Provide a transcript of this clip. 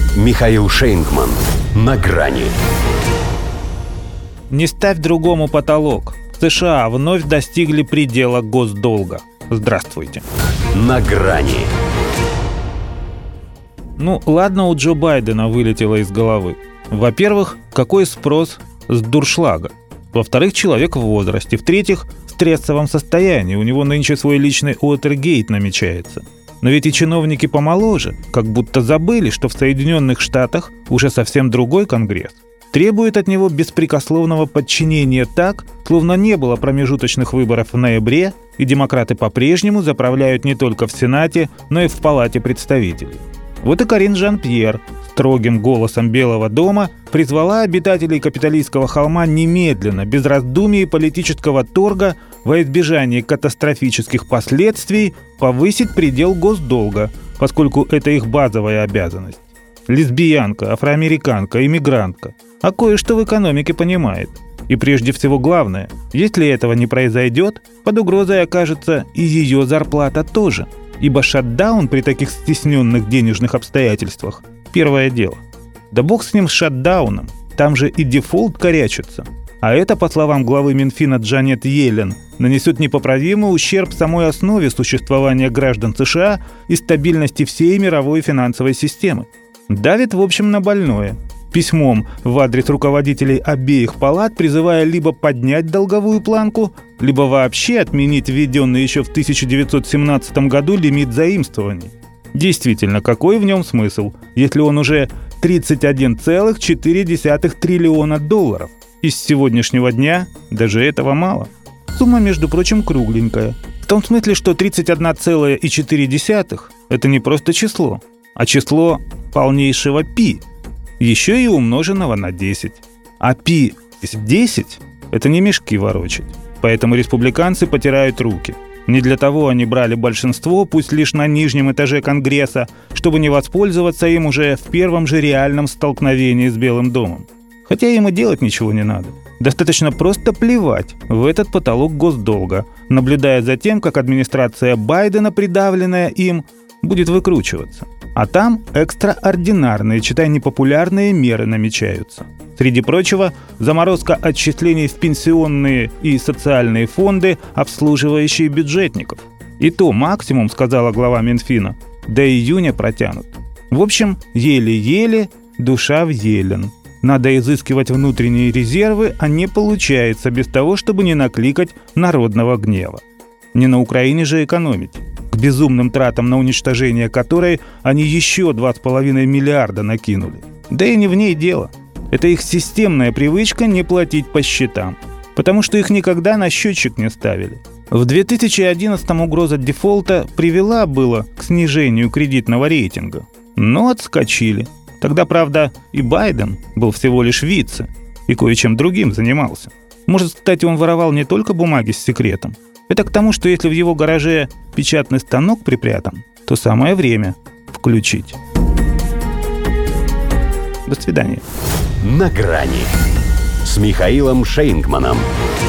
Михаил Шейнгман. На грани. Не ставь другому потолок. США вновь достигли предела госдолга. Здравствуйте. На грани. Ладно, у Джо Байдена вылетело из головы. Во-первых, какой спрос с дуршлага? Во-вторых, человек в возрасте. В-третьих, в стрессовом состоянии. У него нынче свой личный Уотергейт намечается. Но ведь и чиновники помоложе, как будто забыли, что в Соединенных Штатах уже совсем другой Конгресс. Требует от него беспрекословного подчинения так, словно не было промежуточных выборов в ноябре, и демократы по-прежнему заправляют не только в Сенате, но и в Палате представителей. Вот и Карин Жан-Пьер строгим голосом Белого дома призвала обитателей Капитолийского холма немедленно, без раздумий и политического торга, во избежание катастрофических последствий, повысить предел госдолга, поскольку это их базовая обязанность. Лесбиянка, афроамериканка, иммигрантка. А кое-что в экономике понимает. И прежде всего главное, если этого не произойдет, под угрозой окажется и ее зарплата тоже. Ибо шатдаун при таких стесненных денежных обстоятельствах – первое дело. Да бог с ним с шатдауном, там же и дефолт корячится. А это, по словам главы Минфина Джанет Йеллен, нанесет непоправимый ущерб самой основе существования граждан США и стабильности всей мировой финансовой системы. Давит, в общем, на больное. Письмом в адрес руководителей обеих палат призывая либо поднять долговую планку, либо вообще отменить введенный еще в 1917 году лимит заимствований. Действительно, какой в нем смысл, если он уже 31,4 триллиона долларов? Из сегодняшнего дня даже этого мало. Сумма, между прочим, кругленькая. В том смысле, что 31,4 – это не просто число, а число полнейшего π, еще и умноженного на 10. А π в 10 – это не мешки ворочать. Поэтому республиканцы потирают руки. Не для того они брали большинство, пусть лишь на нижнем этаже Конгресса, чтобы не воспользоваться им уже в первом же реальном столкновении с Белым домом. Хотя им и делать ничего не надо. Достаточно просто плевать в этот потолок госдолга, наблюдая за тем, как администрация Байдена, придавленная им, будет выкручиваться. А там экстраординарные, читай непопулярные меры намечаются. Среди прочего, заморозка отчислений в пенсионные и социальные фонды, обслуживающие бюджетников. И то максимум, сказала глава Минфина, до июня протянут. В общем, еле-еле, душа в Йеллен. Надо изыскивать внутренние резервы, а не получается без того, чтобы не накликать народного гнева. Не на Украине же экономить. К безумным тратам на уничтожение которой они еще 2,5 миллиарда накинули. Да и не в ней дело. Это их системная привычка не платить по счетам. Потому что их никогда на счетчик не ставили. В 2011 угроза дефолта привела было к снижению кредитного рейтинга. Но отскочили. Тогда, правда, и Байден был всего лишь вице, и кое-чем другим занимался. Может, кстати, он воровал не только бумаги с секретом. Это к тому, что если в его гараже печатный станок припрятан, то самое время включить. До свидания. На грани с Михаилом Шейнгманом.